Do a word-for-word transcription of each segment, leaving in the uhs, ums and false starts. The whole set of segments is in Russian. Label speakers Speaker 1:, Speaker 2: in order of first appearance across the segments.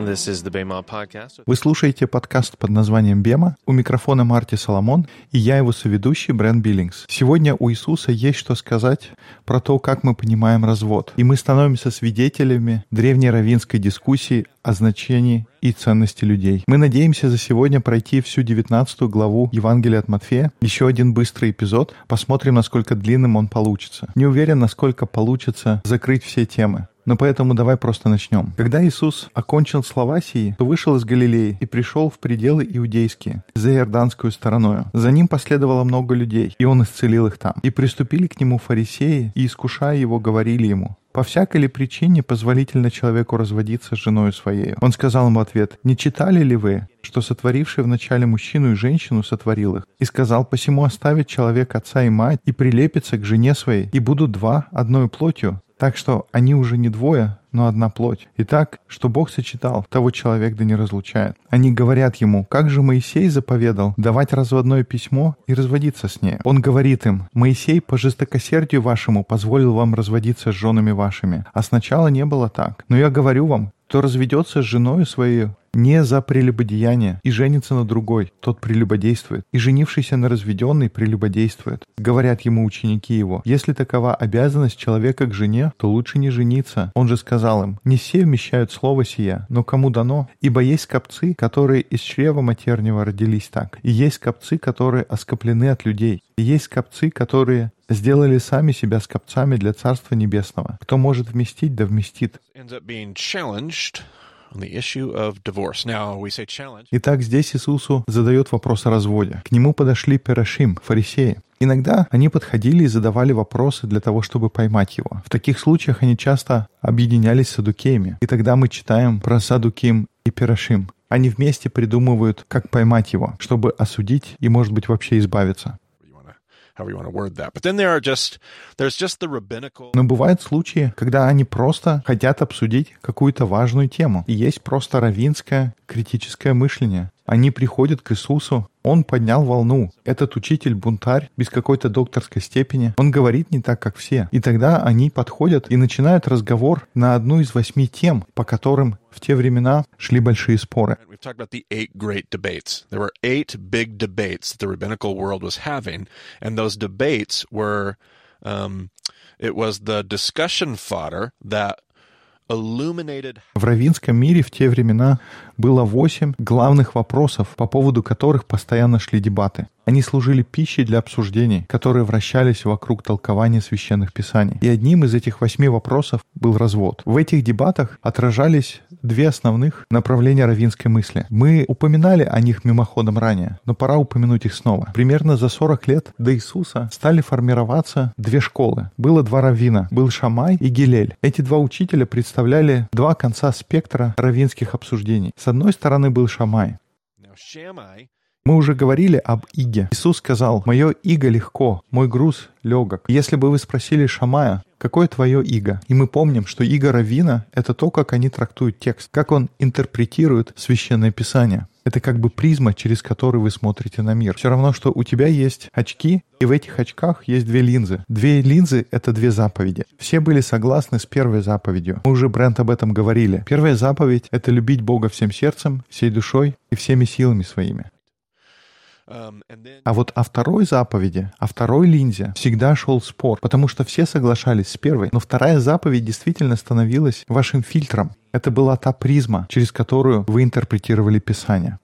Speaker 1: Вы слушаете подкаст под названием «Бема». У микрофона Марти Соломон, и я его соведущий Брент Биллингс. Сегодня у Иисуса есть что сказать про то, как мы понимаем развод. И мы становимся свидетелями древней раввинской дискуссии о значении и ценности людей. Мы надеемся за сегодня пройти всю девятнадцатую главу Евангелия от Матфея. Еще один быстрый эпизод. Посмотрим, насколько длинным он получится. Не уверен, насколько получится закрыть все темы. Но поэтому давай просто начнем. Когда Иисус окончил слова сии, то вышел из Галилеи и пришел в пределы иудейские, за Иорданскую стороною. За ним последовало много людей, и он исцелил их там. И приступили к нему фарисеи, и, искушая его, говорили ему: «По всякой ли причине позволительно человеку разводиться с женою своей?» Он сказал им в ответ: «Не читали ли вы, что сотворивший вначале мужчину и женщину сотворил их? И сказал: посему оставит человек отца и мать, и прилепится к жене своей, и будут два одною плотью. Так что они уже не двое, но одна плоть. Итак, что Бог сочетал, того человек да не разлучает». Они говорят ему: «Как же Моисей заповедал давать разводное письмо и разводиться с ней?» Он говорит им: «Моисей по жестокосердию вашему позволил вам разводиться с женами вашими, а сначала не было так. Но я говорю вам, кто разведется с женою своей не за прелюбодеяние и женится на другой, тот прелюбодействует, и женившийся на разведенной прелюбодействует». Говорят ему ученики его: «Если такова обязанность человека к жене, то лучше не жениться». Он же сказал им: «Не все вмещают слово сия, но кому дано? Ибо есть скопцы, которые из чрева матернего родились так, и есть скопцы, которые оскоплены от людей, и есть скопцы, которые сделали сами себя скопцами для Царства Небесного. Кто может вместить, да вместит». Итак, здесь Иисусу задает вопрос о разводе. К нему подошли перашим, фарисеи. Иногда они подходили и задавали вопросы для того, чтобы поймать его. В таких случаях они часто объединялись с саддукеями. И тогда мы читаем про саддуким и перашим. Они вместе придумывают, как поймать его, чтобы осудить и, может быть, вообще избавиться. Но бывают случаи, когда они просто хотят обсудить какую-то важную тему. И есть просто раввинское критическое мышление. Они приходят к Иисусу, он поднял волну. Этот учитель-бунтарь без какой-то докторской степени, он говорит не так, как все. И тогда они подходят и начинают разговор на одну из восьми тем, по которым в те времена шли большие споры. В раввинском мире в те времена было восемь главных вопросов, по поводу которых постоянно шли дебаты. Они служили пищей для обсуждений, которые вращались вокруг толкования священных писаний. И одним из этих восьми вопросов был развод. В этих дебатах отражались две основных направления раввинской мысли. Мы упоминали о них мимоходом ранее, но пора упомянуть их снова. Примерно за сорок лет до Иисуса стали формироваться две школы. Было два раввина, был Шамай и Гилель. Эти два учителя представляли два конца спектра раввинских обсуждений. С одной стороны был Шамай. Мы уже говорили об иге. Иисус сказал: «Мое иго легко, мой груз легок». Если бы вы спросили Шамая: «Какое твое иго?» И мы помним, что иго раввина — это то, как они трактуют текст, как он интерпретирует Священное Писание. Это как бы призма, через которую вы смотрите на мир. Все равно, что у тебя есть очки, и в этих очках есть две линзы. Две линзы — это две заповеди. Все были согласны с первой заповедью. Мы уже, Брент, об этом говорили. Первая заповедь — это любить Бога всем сердцем, всей душой и всеми силами своими. А вот о второй заповеди, о второй линзе всегда шел спор, потому что все соглашались с первой, но вторая заповедь действительно становилась вашим фильтром. Это была та призма, через которую вы интерпретировали Писание.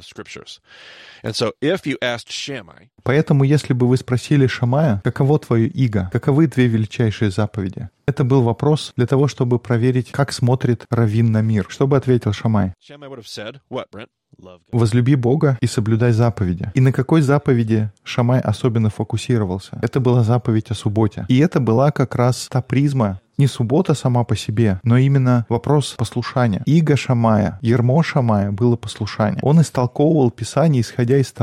Speaker 1: Поэтому, если бы вы спросили Шамая: «Каково твое иго? Каковы две величайшие заповеди?» Это был вопрос для того, чтобы проверить, как смотрит раввин на мир. Что бы ответил Шамай? «Возлюби Бога и соблюдай заповеди». И на какой заповеди Шамай особенно фокусировался? Это была заповедь о субботе. И это была как раз та призма, не суббота сама по себе, но именно вопрос послушания. Иго Шамая, ярмо Шамая было послушание. Он истолковывал Писание, исходя из того,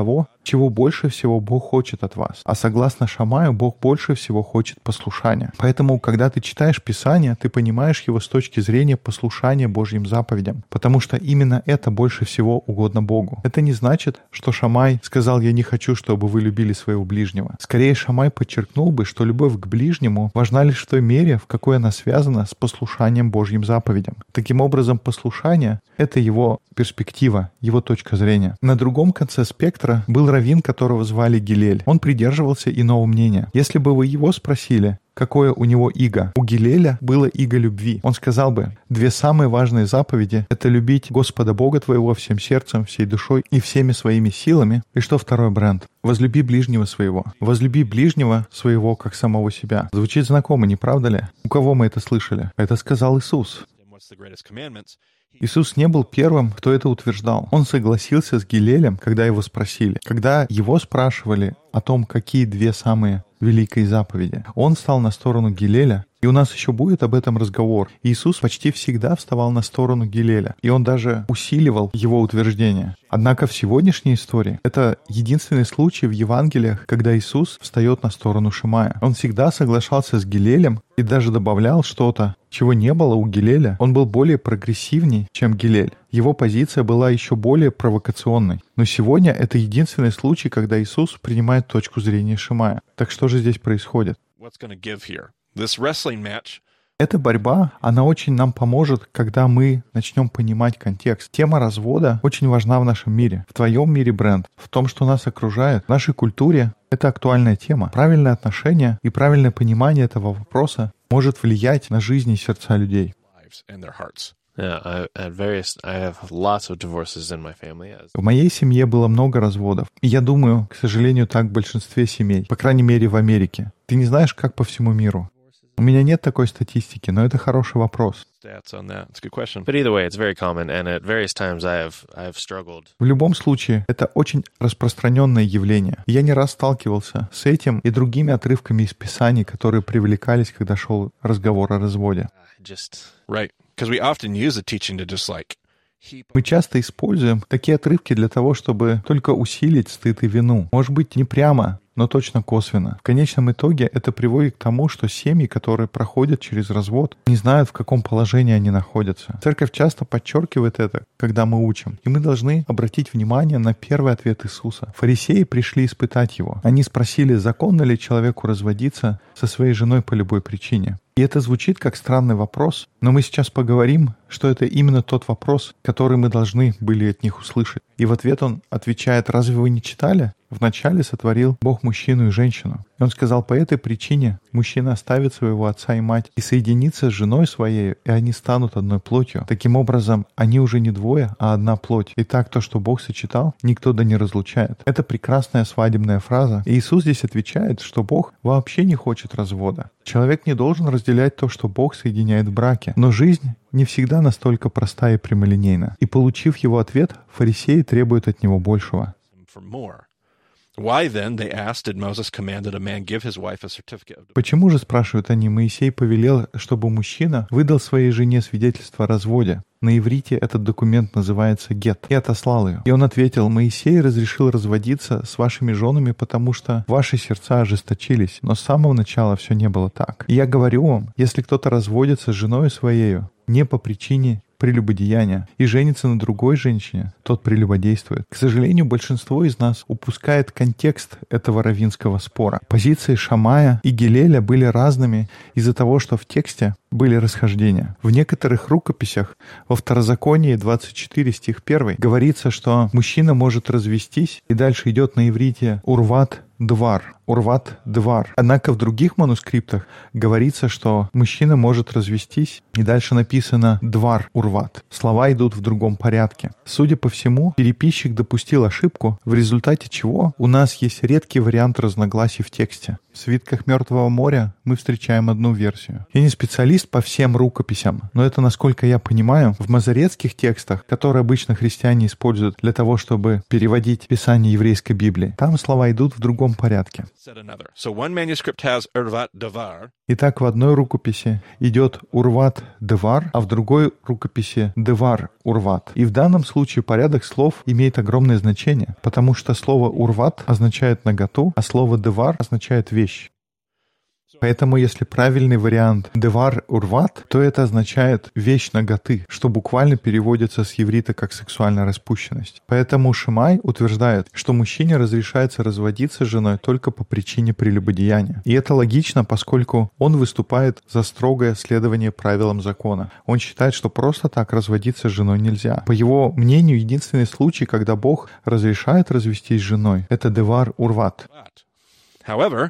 Speaker 1: чего больше всего Бог хочет от вас. А согласно Шамаю, Бог больше всего хочет послушания. Поэтому, когда ты читаешь Писание, ты понимаешь его с точки зрения послушания Божьим заповедям, потому что именно это больше всего угодно Богу. Это не значит, что Шамай сказал: «Я не хочу, чтобы вы любили своего ближнего». Скорее, Шамай подчеркнул бы, что любовь к ближнему важна лишь в той мере, в какой она связана с послушанием Божьим заповедям. Таким образом, послушание — это его перспектива, его точка зрения. На другом конце спектра был раввин, которого звали Гилель. Он придерживался иного мнения. Если бы вы его спросили, какое у него иго, у Гилеля было иго любви. Он сказал бы: две самые важные заповеди — это любить Господа Бога твоего всем сердцем, всей душой и всеми своими силами. И что второй, Брент? Возлюби ближнего своего. Возлюби ближнего своего, как самого себя. Звучит знакомо, не правда ли? У кого мы это слышали? Это сказал Иисус. Иисус не был первым, кто это утверждал. Он согласился с Гилелем, когда его спросили. Когда его спрашивали о том, какие две самые великие заповеди, он встал на сторону Гилеля, и у нас еще будет об этом разговор. Иисус почти всегда вставал на сторону Гилеля, и он даже усиливал его утверждение. Однако в сегодняшней истории это единственный случай в Евангелиях, когда Иисус встает на сторону Шамая. Он всегда соглашался с Гилелем и даже добавлял что-то, чего не было у Гилеля. Он был более прогрессивней, чем Гилель. Его позиция была еще более провокационной. Но сегодня это единственный случай, когда Иисус принимает точку зрения Шамая. Так что же здесь происходит? Эта борьба, она очень нам поможет, когда мы начнем понимать контекст. Тема развода очень важна в нашем мире. В твоем мире, Брент, в том, что нас окружает, в нашей культуре, это актуальная тема. Правильное отношение и правильное понимание этого вопроса может влиять на жизнь и сердца людей. В моей семье было много разводов. И я думаю, к сожалению, так в большинстве семей. По крайней мере, в Америке. Ты не знаешь, как по всему миру? У меня нет такой статистики, но это хороший вопрос. В любом случае, это очень распространенное явление. Я не раз сталкивался с этим и другими отрывками из Писаний, которые привлекались, когда шел разговор о разводе. Мы часто используем такие отрывки для того, чтобы только усилить стыд и вину. Может быть, не прямо, но точно косвенно. В конечном итоге это приводит к тому, что семьи, которые проходят через развод, не знают, в каком положении они находятся. Церковь часто подчеркивает это, когда мы учим. И мы должны обратить внимание на первый ответ Иисуса. Фарисеи пришли испытать его. Они спросили, законно ли человеку разводиться со своей женой по любой причине. И это звучит как странный вопрос, но мы сейчас поговорим, что это именно тот вопрос, который мы должны были от них услышать. И в ответ он отвечает: «Разве вы не читали? Вначале сотворил Бог мужчину и женщину». И он сказал: «По этой причине мужчина оставит своего отца и мать и соединится с женой своей, и они станут одной плотью. Таким образом, они уже не двое, а одна плоть. Итак, то, что Бог сочетал, никто да не разлучает». Это прекрасная свадебная фраза. И Иисус здесь отвечает, что Бог вообще не хочет развода. Человек не должен разделять то, что Бог соединяет в браке. Но жизнь не всегда настолько проста и прямолинейна. И получив его ответ, фарисеи требуют от него большего. Почему же, спрашивают они, Моисей повелел, чтобы мужчина выдал своей жене свидетельство о разводе? На иврите этот документ называется гет, и отослал ее. И он ответил: «Моисей разрешил разводиться с вашими женами, потому что ваши сердца ожесточились, но с самого начала все не было так. И я говорю вам, если кто-то разводится с женой своею не по причине прелюбодеяния и женится на другой женщине, тот прелюбодействует». К сожалению, большинство из нас упускает контекст этого раввинского спора. Позиции Шамая и Гилеля были разными из-за того, что в тексте были расхождения. В некоторых рукописях, во Второзаконии двадцать четыре стих один, говорится, что мужчина может развестись, и дальше идет на иврите «урват двар», «урват двар». Однако в других манускриптах говорится, что мужчина может развестись, и дальше написано «двар урват». Слова идут в другом порядке. Судя по всему, переписчик допустил ошибку, в результате чего у нас есть редкий вариант разногласий в тексте. В свитках Мертвого моря мы встречаем одну версию. Я не специалист по всем рукописям, но это, насколько я понимаю, в мазоретских текстах, которые обычно христиане используют для того, чтобы переводить Писание еврейской Библии, там слова идут в другом порядке. Итак, в одной рукописи идет урват девар, а в другой рукописи девар урват. И в данном случае порядок слов имеет огромное значение, потому что слово урват означает наготу, а слово девар означает вещь. Поэтому, если правильный вариант «девар урват», то это означает «вещь наготы», что буквально переводится с иврита как «сексуальная распущенность». Поэтому Шимай утверждает, что мужчине разрешается разводиться с женой только по причине прелюбодеяния. И это логично, поскольку он выступает за строгое следование правилам закона. Он считает, что просто так разводиться с женой нельзя. По его мнению, единственный случай, когда Бог разрешает развестись с женой, это «девар урват».
Speaker 2: However,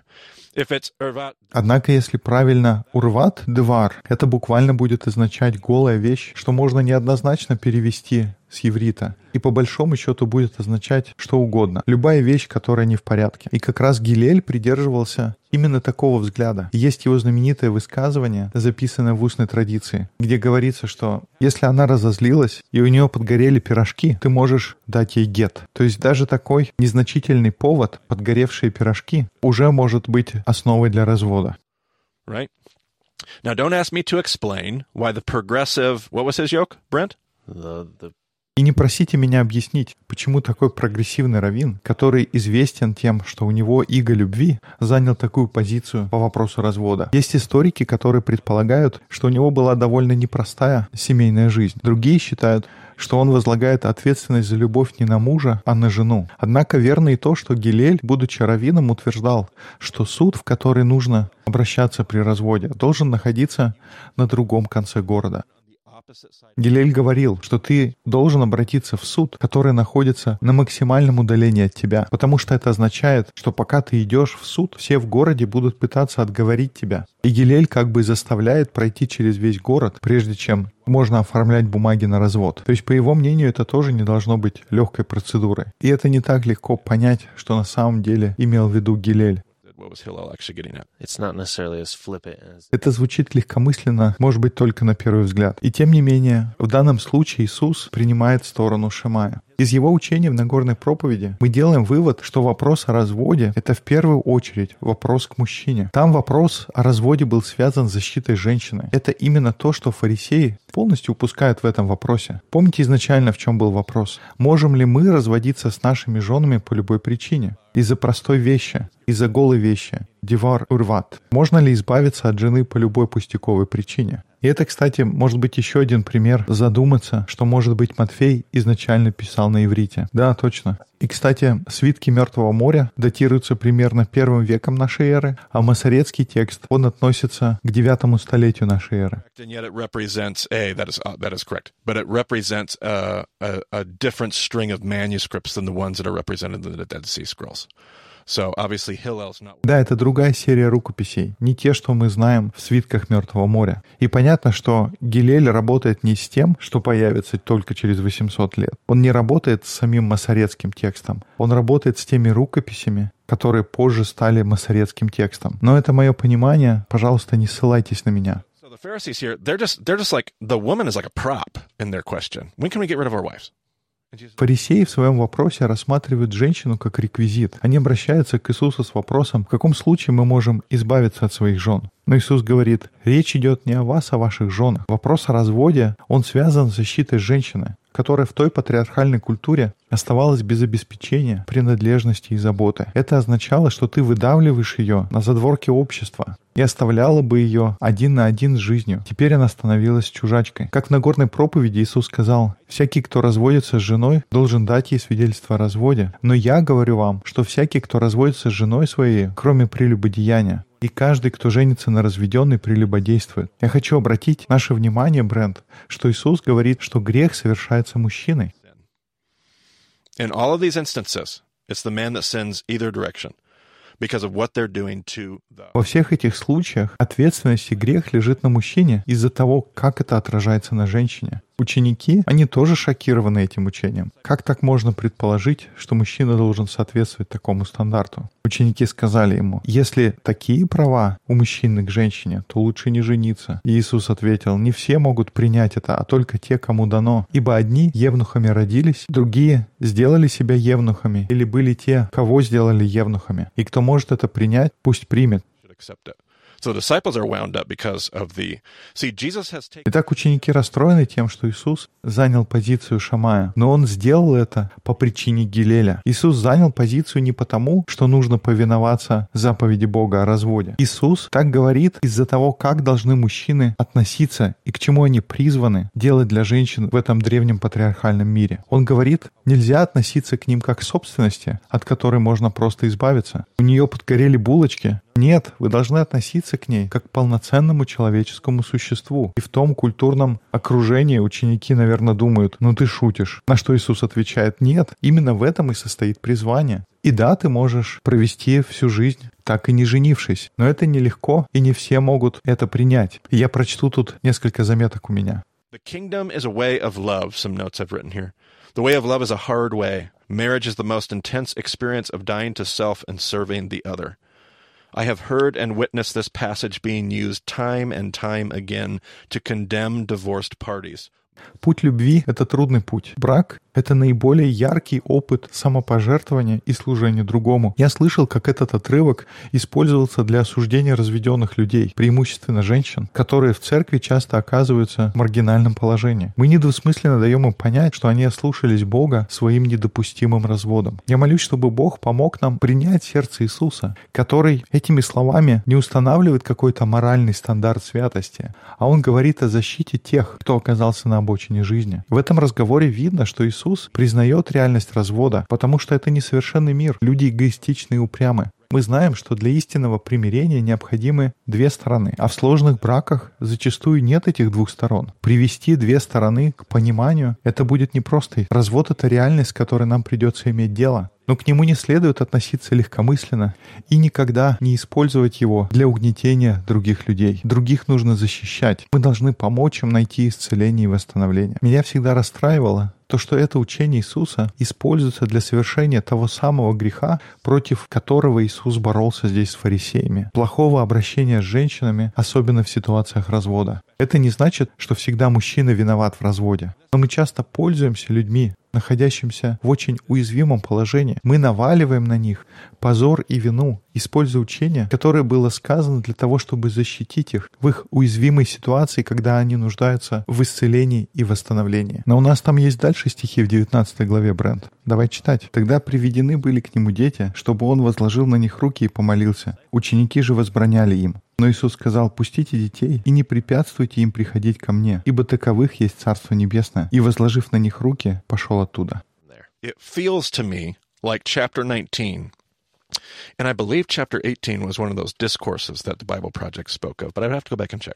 Speaker 1: Однако, если правильно «урват девар», это буквально будет означать «голая вещь», что можно неоднозначно перевести с иврита. И по большому счету будет означать что угодно. Любая вещь, которая не в порядке. И как раз Гилель придерживался именно такого взгляда. И есть его знаменитое высказывание, записанное в устной традиции, где говорится, что если она разозлилась и у нее подгорели пирожки, ты можешь дать ей гет. То есть даже такой незначительный повод, подгоревшие пирожки, уже может быть основой для развода.
Speaker 2: Right. Now, don't ask me to explain why the progressive... What was his yoke, Brent?
Speaker 3: The, the...
Speaker 1: И не просите меня объяснить, почему такой прогрессивный раввин, который известен тем, что у него иго любви, занял такую позицию по вопросу развода. Есть историки, которые предполагают, что у него была довольно непростая семейная жизнь. Другие считают, что он возлагает ответственность за любовь не на мужа, а на жену. Однако верно и то, что Гилель, будучи раввином, утверждал, что суд, в который нужно обращаться при разводе, должен находиться на другом конце города. Гилель говорил, что ты должен обратиться в суд, который находится на максимальном удалении от тебя, потому что это означает, что пока ты идешь в суд, все в городе будут пытаться отговорить тебя. И Гилель как бы заставляет пройти через весь город, прежде чем можно оформлять бумаги на развод. То есть, по его мнению, это тоже не должно быть легкой процедурой. И это не так легко понять, что на самом деле имел в виду Гилель. Это звучит легкомысленно, может быть, только на первый взгляд. И тем не менее, в данном случае Иисус принимает сторону Шимая. Из его учения в Нагорной проповеди мы делаем вывод, что вопрос о разводе — это в первую очередь вопрос к мужчине. Там вопрос о разводе был связан с защитой женщины. Это именно то, что фарисеи полностью упускают в этом вопросе. Помните изначально, в чем был вопрос? Можем ли мы разводиться с нашими женами по любой причине? Из-за простой вещи, из-за голой вещи. Девар урват. Можно ли избавиться от жены по любой пустяковой причине? И это, кстати, может быть еще один пример задуматься, что, может быть, Матфей изначально писал на иврите. Да, точно. И, кстати, свитки Мертвого моря датируются примерно первым веком нашей эры, а масоретский текст, он относится к девятому столетию нашей эры. Да, это другая серия рукописей, не те, что мы знаем в свитках Мертвого моря. И понятно, что Гилель работает не с тем, что появится только через восемьсот лет. Он не работает с самим масоретским текстом. Он работает с теми рукописями, которые позже стали масоретским текстом. Но это мое понимание. Пожалуйста, не ссылайтесь на меня. Фарисеи в своем вопросе рассматривают женщину как реквизит. Они обращаются к Иисусу с вопросом, в каком случае мы можем избавиться от своих жен. Но Иисус говорит, речь идет не о вас, а о ваших женах. Вопрос о разводе, он связан с защитой женщины, которая в той патриархальной культуре оставалась без обеспечения, принадлежности и заботы. Это означало, что ты выдавливаешь ее на задворке общества и оставляла бы ее один на один с жизнью. Теперь она становилась чужачкой. Как в Нагорной проповеди Иисус сказал, «Всякий, кто разводится с женой, должен дать ей свидетельство о разводе. Но я говорю вам, что всякий, кто разводится с женой своей, кроме прелюбодеяния, и каждый, кто женится на разведенной, прелюбодействует». Я хочу обратить наше внимание, Брент, что Иисус говорит, что грех совершается мужчиной.
Speaker 2: In all of these instances, it's the man that sins either direction because of what they're doing to the...
Speaker 1: Во всех этих случаях ответственность и грех лежит на мужчине из-за того, как это отражается на женщине. Ученики, они тоже шокированы этим учением. Как так можно предположить, что мужчина должен соответствовать такому стандарту? Ученики сказали ему: если такие права у мужчины к женщине, то лучше не жениться. И Иисус ответил: не все могут принять это, а только те, кому дано. Ибо одни евнухами родились, другие сделали себя евнухами, или были те, кого сделали евнухами. И кто может это принять, пусть примет. Итак, ученики расстроены тем, что Иисус занял позицию Шамая, но Он сделал это по причине Гилеля. Иисус занял позицию не потому, что нужно повиноваться заповеди Бога о разводе. Иисус так говорит из-за того, как должны мужчины относиться и к чему они призваны делать для женщин в этом древнем патриархальном мире. Он говорит, нельзя относиться к ним как к собственности, от которой можно просто избавиться. У нее подгорели булочки. Нет, вы должны относиться к ней как к полноценному человеческому существу. И в том культурном окружении ученики, наверное, думают: ну ты шутишь. На что Иисус отвечает: нет, именно в этом и состоит призвание. И да, ты можешь провести всю жизнь так и не женившись, но это нелегко, и не все могут это принять. И я прочту тут несколько заметок у меня.
Speaker 2: The kingdom is a way of love, some notes I've written here. The way of love is a hard way. Marriage is the most intense experience of dying to self and serving the other. I have heard and witnessed this passage being used time and time again to condemn divorced parties.
Speaker 1: Путь любви — это трудный путь. Брак — это наиболее яркий опыт самопожертвования и служения другому. Я слышал, как этот отрывок использовался для осуждения разведенных людей, преимущественно женщин, которые в церкви часто оказываются в маргинальном положении. Мы недвусмысленно даем им понять, что они ослушались Бога своим недопустимым разводом. Я молюсь, чтобы Бог помог нам принять сердце Иисуса, который этими словами не устанавливает какой-то моральный стандарт святости, а Он говорит о защите тех, кто оказался на обочине жизни. В этом разговоре видно, что Иисус признает реальность развода, потому что это несовершенный мир. Люди эгоистичны и упрямы. Мы знаем, что для истинного примирения необходимы две стороны, а в сложных браках зачастую нет этих двух сторон. Привести две стороны к пониманию — это будет непросто. Развод — это реальность, с которой нам придется иметь дело. Но к нему не следует относиться легкомысленно и никогда не использовать его для угнетения других людей. Других нужно защищать. Мы должны помочь им найти исцеление и восстановление. Меня всегда расстраивало то, что это учение Иисуса используется для совершения того самого греха, против которого Иисус боролся здесь с фарисеями. Плохого обращения с женщинами, особенно в ситуациях развода. Это не значит, что всегда мужчина виноват в разводе. Но мы часто пользуемся людьми, находящимся в очень уязвимом положении. Мы наваливаем на них позор и вину, используя учение, которое было сказано для того, чтобы защитить их в их уязвимой ситуации, когда они нуждаются в исцелении и восстановлении. Но у нас там есть дальше стихи в девятнадцатой главе, Брент. Давай читать. «Тогда приведены были к нему дети, чтобы он возложил на них руки и помолился. Ученики же возбраняли им. Но Иисус сказал: пустите детей и не препятствуйте им приходить ко мне, ибо таковых есть Царство Небесное. И, возложив на них руки, пошел оттуда».
Speaker 2: It feels to me like chapter nineteen. And I believe chapter eighteen was one of those discourses that the Bible Project spoke of, but I'd have to go back and check.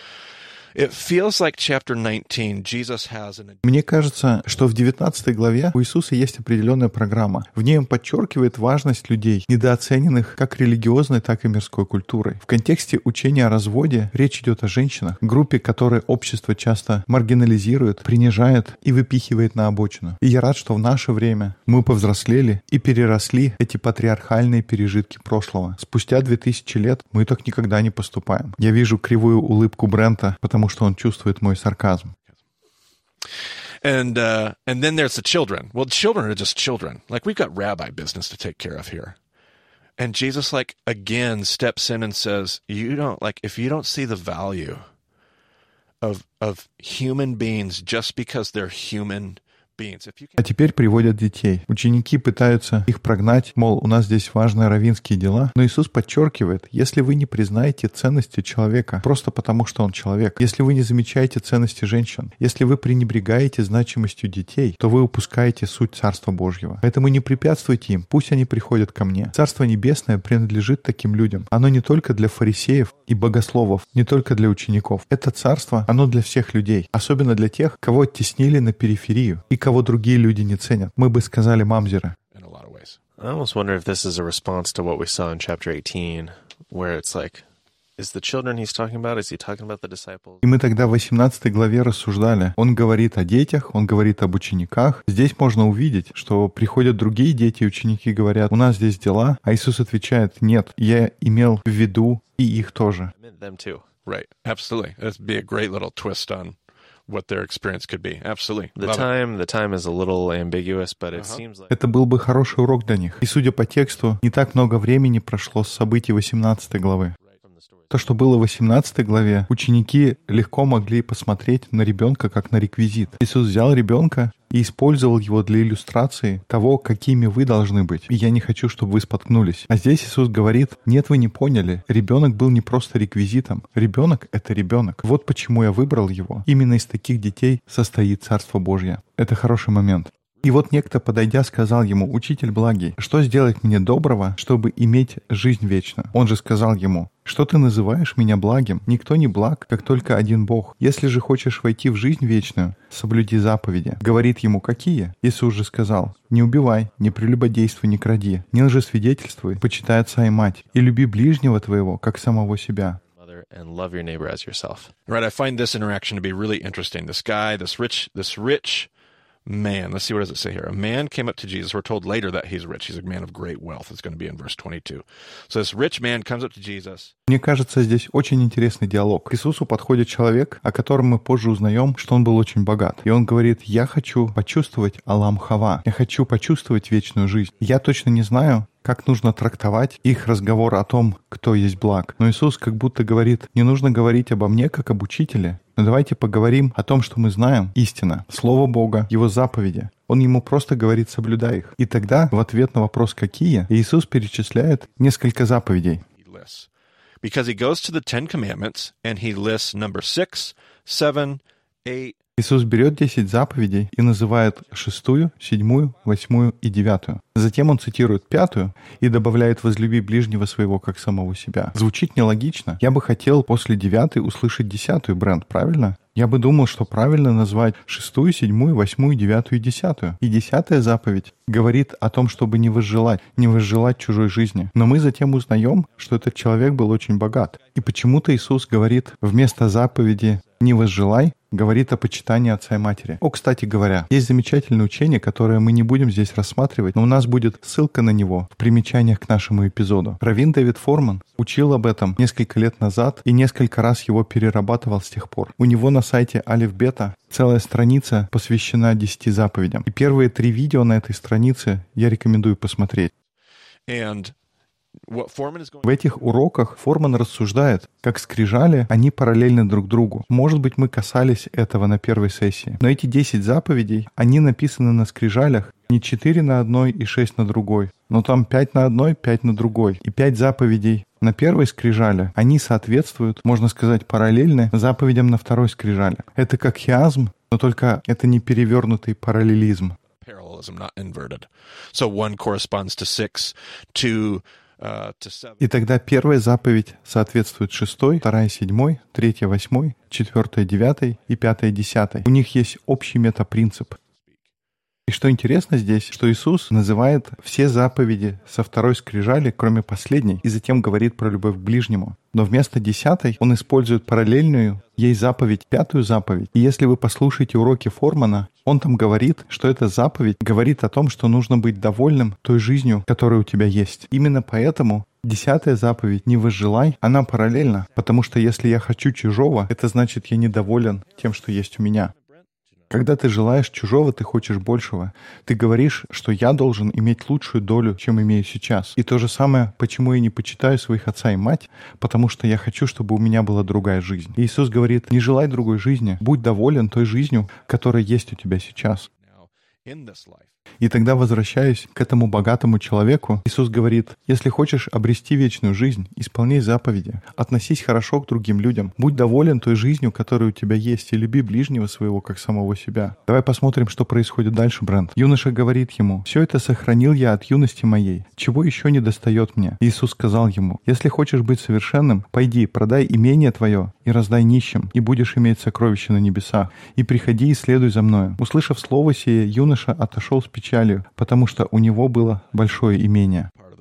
Speaker 2: It feels like chapter nineteen, Jesus has an...
Speaker 1: Мне кажется, что в девятнадцатой главе у Иисуса есть определенная программа. В ней Он подчеркивает важность людей, недооцененных как религиозной, так и мирской культурой. В контексте учения о разводе речь идет о женщинах, группе, которой общество часто маргинализирует, принижает и выпихивает на обочину. И я рад, что в наше время мы повзрослели и переросли эти патриархальные пережитки прошлого. Спустя две тысячи лет мы так никогда не поступаем. Я вижу кривую улыбку Брента, потому что он чувствует мой сарказм.
Speaker 2: And uh, and then there's the children. Well, children are just children. Like, we've got rabbi business to take care of here. And Jesus, like, again steps in and says, you don't, like, if you don't see the value of of human beings just because they're human beings.
Speaker 1: А теперь приводят детей. Ученики пытаются их прогнать, мол, у нас здесь важные раввинские дела. Но Иисус подчеркивает: если вы не признаете ценности человека просто потому, что он человек, если вы не замечаете ценности женщин, если вы пренебрегаете значимостью детей, то вы упускаете суть Царства Божьего. Поэтому не препятствуйте им, пусть они приходят ко мне. Царство Небесное принадлежит таким людям. Оно не только для фарисеев и богословов, не только для учеников. Это царство, оно для всех людей, особенно для тех, кого оттеснили на периферию и кого другие люди не ценят. Мы бы сказали мамзеры.
Speaker 3: I almost wonder if this is a response to what we saw in chapter eighteen, where it's like is the children he's talking about? Is he talking about the disciples?
Speaker 1: И мы тогда в восемнадцатой главе рассуждали. Он говорит о детях, он говорит об учениках. Здесь можно увидеть, что приходят другие дети, и ученики говорят, у нас здесь дела, а Иисус отвечает, нет, я имел в виду и их тоже.
Speaker 3: I meant them too.
Speaker 2: Right. Absolutely. That'd be a great little twist on what their experience could be. Absolutely.
Speaker 3: The
Speaker 2: Love it.
Speaker 3: time, the time is a little ambiguous, but it
Speaker 2: Uh-huh.
Speaker 3: seems like
Speaker 1: Это был бы хороший урок для них. И судя по тексту, не так много времени прошло с событий восемнадцатой главы.
Speaker 3: from the story.
Speaker 1: То, что было в восемнадцатой главе, ученики легко могли посмотреть на ребенка как на реквизит. Иисус взял ребенка и использовал его для иллюстрации того, какими вы должны быть. И я не хочу, чтобы вы споткнулись. А здесь Иисус говорит, нет, вы не поняли. Ребенок был не просто реквизитом. Ребенок — это ребенок. Вот почему я выбрал его. Именно из таких детей состоит Царство Божье. Это хороший момент. И вот некто, подойдя, сказал ему, «Учитель благий, что сделать мне доброго, чтобы иметь жизнь вечную?» Он же сказал ему, «Что ты называешь меня благим? Никто не благ, как только один Бог. Если же хочешь войти в жизнь вечную, соблюди заповеди». Говорит ему, «Какие?» Иисус же сказал, «Не убивай, не прелюбодействуй, не кради, не лжесвидетельствуй, почитай отца и мать, и люби ближнего твоего, как самого себя».
Speaker 3: Mother, and love your neighbor as yourself.
Speaker 2: Right. I find this interaction to be really interesting. This guy, this rich, this rich man. Let's see, what does it say here? A man came up to Jesus. We're told later that he's rich. He's a man of great wealth. It's going to be in verse twenty-two. So this rich man comes up to Jesus.
Speaker 1: Мне кажется, здесь очень интересный диалог. К Иисусу подходит человек, о котором мы позже узнаем, что он был очень богат. И он говорит, я хочу почувствовать Алам Хава. Я хочу почувствовать вечную жизнь. Я точно не знаю, как нужно трактовать их разговор о том, кто есть благ. Но Иисус как будто говорит, не нужно говорить обо мне, как об учителе, но давайте поговорим о том, что мы знаем, истина, Слово Бога, Его заповеди. Он ему просто говорит, соблюдай их. И тогда в ответ на вопрос «какие?» Иисус перечисляет несколько заповедей.
Speaker 2: He lists. Because he goes to the Ten Commandments and he lists number six, seven, eight.
Speaker 1: Иисус берет десять заповедей и называет шестую, седьмую, восьмую и девятую. Затем он цитирует пятую и добавляет «возлюби ближнего своего, как самого себя». Звучит нелогично. Я бы хотел после девятой услышать десятую, Брент, правильно? Я бы думал, что правильно назвать шестую, седьмую, восьмую, девятую и десятую. И десятая заповедь говорит о том, чтобы не возжелать, не возжелать чужой жизни. Но мы затем узнаем, что этот человек был очень богат. И почему-то Иисус говорит вместо заповеди «не возжелай», говорит о почитании отца и матери. О, кстати говоря, есть замечательное учение, которое мы не будем здесь рассматривать, но у нас будет ссылка на него в примечаниях к нашему эпизоду. Раввин Дэвид Форман учил об этом несколько лет назад и несколько раз его перерабатывал с тех пор. У него на сайте Алеф Бета целая страница посвящена десяти заповедям. И первые три видео на этой странице я рекомендую посмотреть.
Speaker 2: And what Foreman is going
Speaker 1: В этих уроках Форман рассуждает, как скрижали, они параллельны друг другу. Может быть, мы касались этого на первой сессии. Но эти десять заповедей, они написаны на скрижалях не четыре на одной и шесть на другой, но там пять на одной, пять на другой. И пять заповедей на первой скрижале, они соответствуют, можно сказать, параллельны заповедям на второй скрижале. Это как хиазм, но только это не перевернутый параллелизм.
Speaker 2: parallelism, not inverted. So one corresponds to six, two uh, to seven.
Speaker 1: И тогда первая заповедь соответствует шестой, вторая седьмой, третья восьмой, четвертая девятой и пятая десятой. У них есть общий метапринцип. И что интересно здесь, что Иисус называет все заповеди со второй скрижали, кроме последней, и затем говорит про любовь к ближнему. Но вместо десятой он использует параллельную ей заповедь, пятую заповедь. И если вы послушаете уроки Формана, он там говорит, что эта заповедь говорит о том, что нужно быть довольным той жизнью, которая у тебя есть. Именно поэтому десятая заповедь «Не возжелай», она параллельна, потому что если я хочу чужого, это значит, я недоволен тем, что есть у меня. Когда ты желаешь чужого, ты хочешь большего. Ты говоришь, что я должен иметь лучшую долю, чем имею сейчас. И то же самое, почему я не почитаю своих отца и мать, потому что я хочу, чтобы у меня была другая жизнь. И Иисус говорит, не желай другой жизни, будь доволен той жизнью, которая есть у тебя сейчас.
Speaker 2: Now, in this life,
Speaker 1: И тогда, возвращаясь к этому богатому человеку, Иисус говорит, если хочешь обрести вечную жизнь, исполняй заповеди, относись хорошо к другим людям, будь доволен той жизнью, которая у тебя есть, и люби ближнего своего, как самого себя. Давай посмотрим, что происходит дальше, Брент. Юноша говорит ему, «Все это сохранил я от юности моей, чего еще не достает мне?» Иисус сказал ему, «Если хочешь быть совершенным, пойди, продай имение твое и раздай нищим, и будешь иметь сокровища на небесах, и приходи и следуй за мною». Услышав слово сие, юноша отошел с печалью, потому что у него было большое имение.
Speaker 2: part of the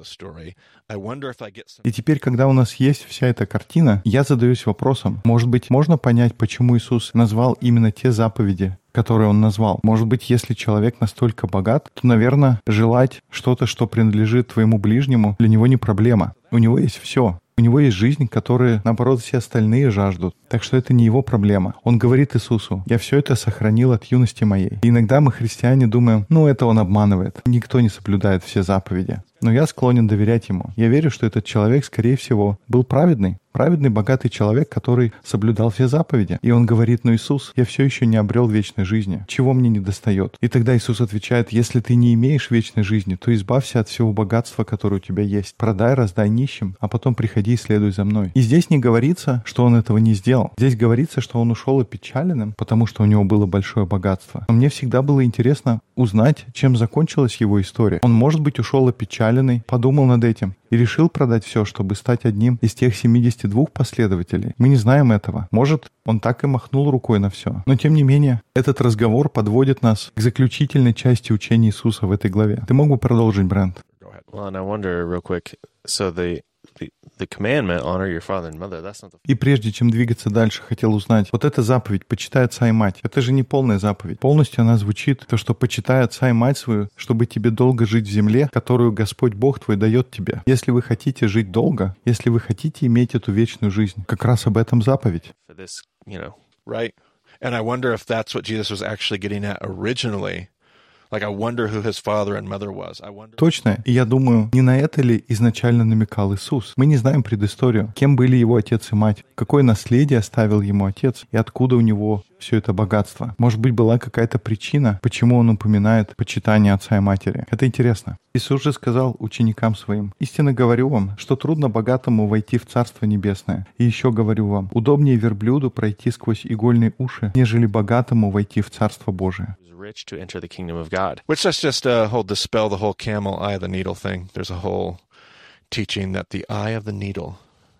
Speaker 2: story, I wonder if I get some...
Speaker 1: И теперь, когда у нас есть вся эта картина, я задаюсь вопросом, может быть, можно понять, почему Иисус назвал именно те заповеди, которые Он назвал? Может быть, если человек настолько богат, то, наверное, желать что-то, что принадлежит твоему ближнему, для него не проблема. У него есть все. У него есть жизнь, которую, наоборот, все остальные жаждут. Так что это не его проблема. Он говорит Иисусу: «Я все это сохранил от юности моей». И иногда мы, христиане, думаем: ну, это он обманывает. Никто не соблюдает все заповеди. Но я склонен доверять ему. Я верю, что этот человек, скорее всего, был праведный. Праведный, богатый человек, который соблюдал все заповеди. И он говорит: «Ну, Иисус, я все еще не обрел вечной жизни. Чего мне не достает?» И тогда Иисус отвечает: «Если ты не имеешь вечной жизни, то избавься от всего богатства, которое у тебя есть. Продай, раздай нищим, а потом приходи и следуй за мной». И здесь не говорится, что он этого не сделал. Здесь говорится, что он ушел опечаленным, потому что у него было большое богатство. Но мне всегда было интересно узнать, чем закончилась его история. Он, может быть, ушел опечаленный, подумал над этим и решил продать все, чтобы стать одним из тех семидесяти двух последователей. Мы не знаем этого. Может, он так и махнул рукой на все. Но, тем не менее, этот разговор подводит нас к заключительной части учения Иисуса в этой главе. Ты мог бы продолжить, Брент?
Speaker 3: Well, and I wonder real quick, so the, the, the commandment, honor your father and mother, that's not the...
Speaker 1: И прежде чем двигаться дальше, хотел узнать, вот эта заповедь «почитай отца и мать», это же не полная заповедь. Полностью она звучит, то, что «почитай отца и мать свою, чтобы тебе долго жить в земле, которую Господь Бог твой дает тебе». Если вы хотите жить долго, если вы хотите иметь эту вечную жизнь, как раз об этом заповедь.
Speaker 3: For this, you know.
Speaker 2: Right. And I wonder if that's what Jesus was actually getting at originally. Like, I wonder who his father and mother was. I wonder...
Speaker 1: Точно. И я думаю, не на это ли изначально намекал Иисус? Мы не знаем предысторию. Кем были его отец и мать? Какое наследие оставил ему отец? И откуда у него все это богатство? Может быть, была какая-то причина, почему он упоминает почитание отца и матери? Это интересно. Иисус же сказал ученикам своим: «Истинно говорю вам, что трудно богатому войти в Царство Небесное. И еще говорю вам, удобнее верблюду пройти сквозь игольные уши, нежели богатому войти в Царство Божие».
Speaker 3: Rich to enter the kingdom of God.
Speaker 2: Which let's just uh, whole dispel the whole camel eye of the needle thing. There's a whole teaching that the eye of the needle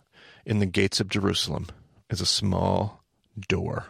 Speaker 2: in the gates of Jerusalem is a small door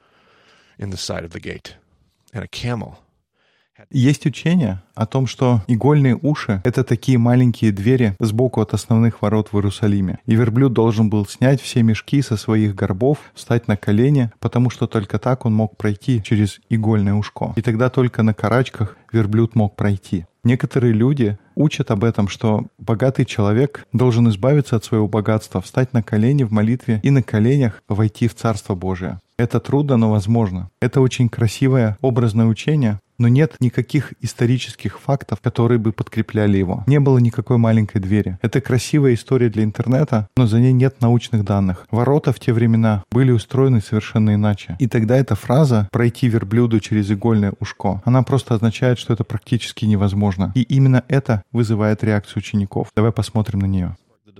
Speaker 2: in the side of the gate. And a camel.
Speaker 1: Есть учение о том, что игольные уши — это такие маленькие двери сбоку от основных ворот в Иерусалиме. И верблюд должен был снять все мешки со своих горбов, встать на колени, потому что только так он мог пройти через игольное ушко. И тогда только на карачках верблюд мог пройти. Некоторые люди учат об этом, что богатый человек должен избавиться от своего богатства, встать на колени в молитве и на коленях войти в Царство Божие. Это трудно, но возможно. Это очень красивое образное учение, но нет никаких исторических фактов, которые бы подкрепляли его. Не было никакой маленькой двери. Это красивая история для интернета, но за ней нет научных данных. Ворота в те времена были устроены совершенно иначе. И тогда эта фраза «пройти верблюду через игольное ушко», она просто означает, что это практически невозможно. И именно это вызывает реакцию учеников. Давай посмотрим на нее.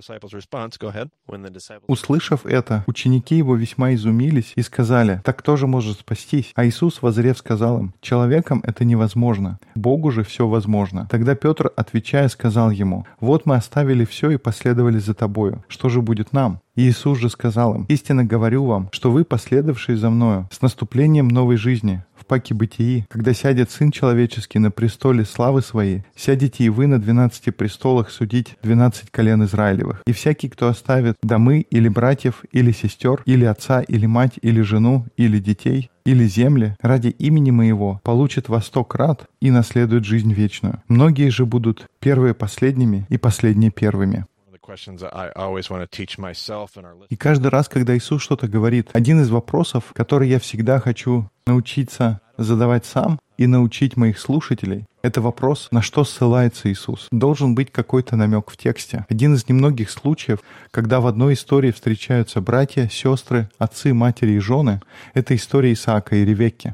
Speaker 1: Услышав это, ученики его весьма изумились и сказали: «Так кто же может спастись?» А Иисус, воззрев, сказал им: «Человеком это невозможно, Богу же все возможно». Тогда Петр, отвечая, сказал ему: «Вот мы оставили все и последовали за тобою. Что же будет нам?» И Иисус же сказал им: «Истинно говорю вам, что вы, последовавшие за мною, с наступлением новой жизни, в паке бытии, когда сядет Сын Человеческий на престоле славы Своей, сядете и вы на двенадцати престолах судить двенадцать колен Израилевых. И всякий, кто оставит домы или братьев, или сестер, или отца, или мать, или жену, или детей, или земли, ради имени Моего, получит во сто крат и наследует жизнь вечную. Многие же будут первые последними и последние первыми». И каждый раз, когда Иисус что-то говорит, один из вопросов, который я всегда хочу научиться задавать сам и научить моих слушателей, это вопрос, на что ссылается Иисус. Должен быть какой-то намек в тексте. Один из немногих случаев, когда в одной истории встречаются братья, сестры, отцы, матери и жены, это история Исаака и Ревекки.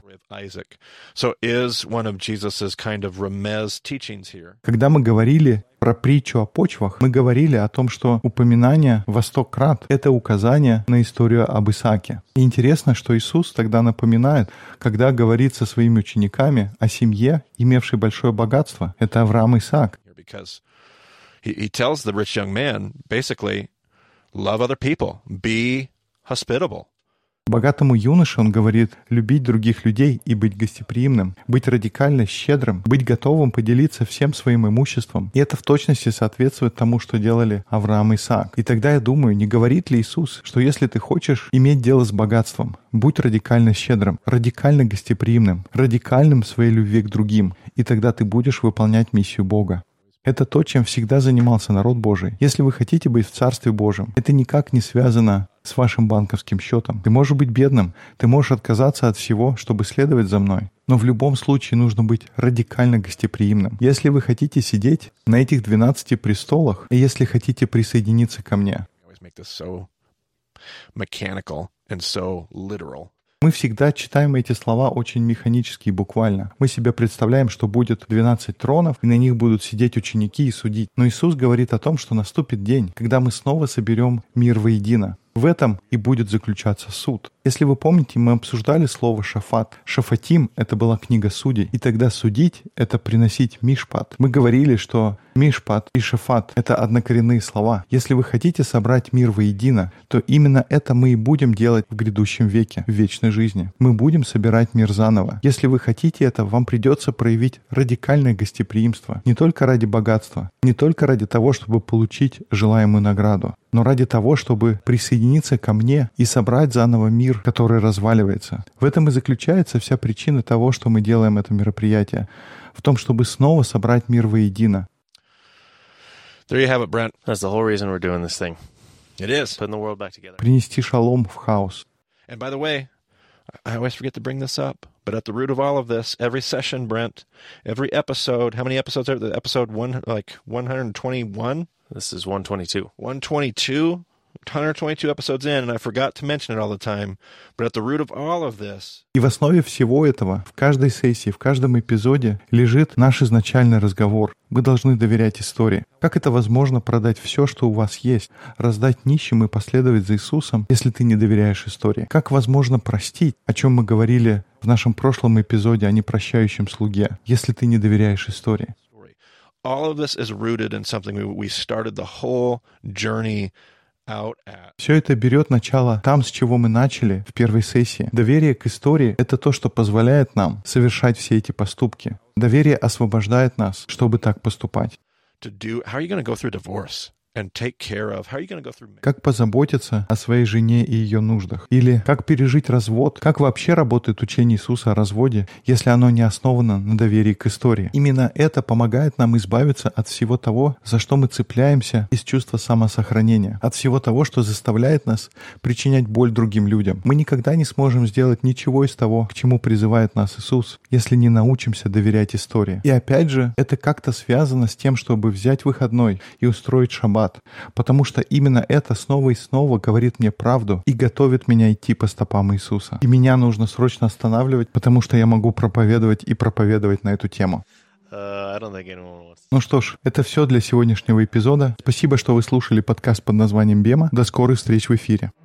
Speaker 1: Когда мы говорили про притчу о почвах, мы говорили о том, что упоминание во сто крат — это указание на историю об Исааке. И интересно, что Иисус тогда напоминает, когда говорит со своими учениками о семье, имевшей большое богатство. Это Авраам и Исаак.
Speaker 2: He tells the rich young man, basically, love other people, be hospitable.
Speaker 1: Богатому юноше он говорит любить других людей и быть гостеприимным, быть радикально щедрым, быть готовым поделиться всем своим имуществом. И это в точности соответствует тому, что делали Авраам и Исаак. И тогда я думаю, не говорит ли Иисус, что если ты хочешь иметь дело с богатством, будь радикально щедрым, радикально гостеприимным, радикальным в своей любви к другим, и тогда ты будешь выполнять миссию Бога. Это то, чем всегда занимался народ Божий. Если вы хотите быть в Царстве Божьем, это никак не связано с вашим банковским счетом. Ты можешь быть бедным, ты можешь отказаться от всего, чтобы следовать за мной. Но в любом случае нужно быть радикально гостеприимным. Если вы хотите сидеть на этих двенадцати престолах, и если хотите присоединиться ко мне, мы всегда читаем эти слова очень механически и буквально. Мы себе представляем, что будет двенадцать тронов, и на них будут сидеть ученики и судить. Но Иисус говорит о том, что наступит день, когда мы снова соберем мир воедино. В этом и будет заключаться суд. Если вы помните, мы обсуждали слово «шафат». «Шафатим» — это была книга судей. И тогда судить — это приносить мишпат. Мы говорили, что мишпат и шафат — это однокоренные слова. Если вы хотите собрать мир воедино, то именно это мы и будем делать в грядущем веке, в вечной жизни. Мы будем собирать мир заново. Если вы хотите это, вам придется проявить радикальное гостеприимство. Не только ради богатства, не только ради того, чтобы получить желаемую награду, но ради того, чтобы присоединиться ко мне и собрать заново мир, который разваливается. В этом и заключается вся причина того, что мы делаем это мероприятие. В том, чтобы снова собрать мир воедино.
Speaker 2: There you have it, Brent.
Speaker 3: That's the whole reason we're doing this thing.
Speaker 2: It is.
Speaker 3: Putting the world back together.
Speaker 1: Принести шалом в хаос.
Speaker 2: And by the way, I always forget to bring this up, but at the root of all of this, every session, Brent, every episode, how many episodes are there? Episode one, like one hundred twenty-one?
Speaker 3: This is one twenty-two.
Speaker 2: one twenty-two? one hundred twenty-two episodes in, and I forgot to mention it all the time. But at the root of all of this...
Speaker 1: И в основе всего этого, в каждой сессии, в каждом эпизоде лежит наш изначальный разговор. Вы должны доверять истории. Как это возможно продать все, что у вас есть, раздать нищим и последовать за Иисусом, если ты не доверяешь истории? Как возможно простить, о чем мы говорили в нашем прошлом эпизоде о непрощающем слуге, если ты не доверяешь истории?
Speaker 2: All of this is rooted in something we started the whole journey out at.
Speaker 1: Все это берет начало там, с чего мы начали в первой сессии. Доверие к истории — это то, что позволяет нам совершать все эти поступки. Доверие освобождает нас, чтобы так поступать.
Speaker 2: To do, how are you going to go through divorce and take care of? How are you going to go through?
Speaker 1: Как позаботиться о своей жене и ее нуждах? Или как пережить развод? Как вообще работает учение Иисуса о разводе, если оно не основано на доверии к истории? Именно это помогает нам избавиться от всего того, за что мы цепляемся из чувства самосохранения, от всего того, что заставляет нас причинять боль другим людям. Мы никогда не сможем сделать ничего из того, к чему призывает нас Иисус, если не научимся доверять истории. И опять же, это как-то связано с тем, чтобы взять выходной и устроить шаббат, потому что именно это снова и снова говорит мне правду и готовит меня идти по стопам Иисуса. И меня нужно срочно останавливать, потому что я могу проповедовать и проповедовать на эту тему.
Speaker 3: Uh, I don't think anyone wants to.
Speaker 1: Ну что ж, это все для сегодняшнего эпизода. Спасибо, что вы слушали подкаст под названием «Бема». До скорых встреч в эфире.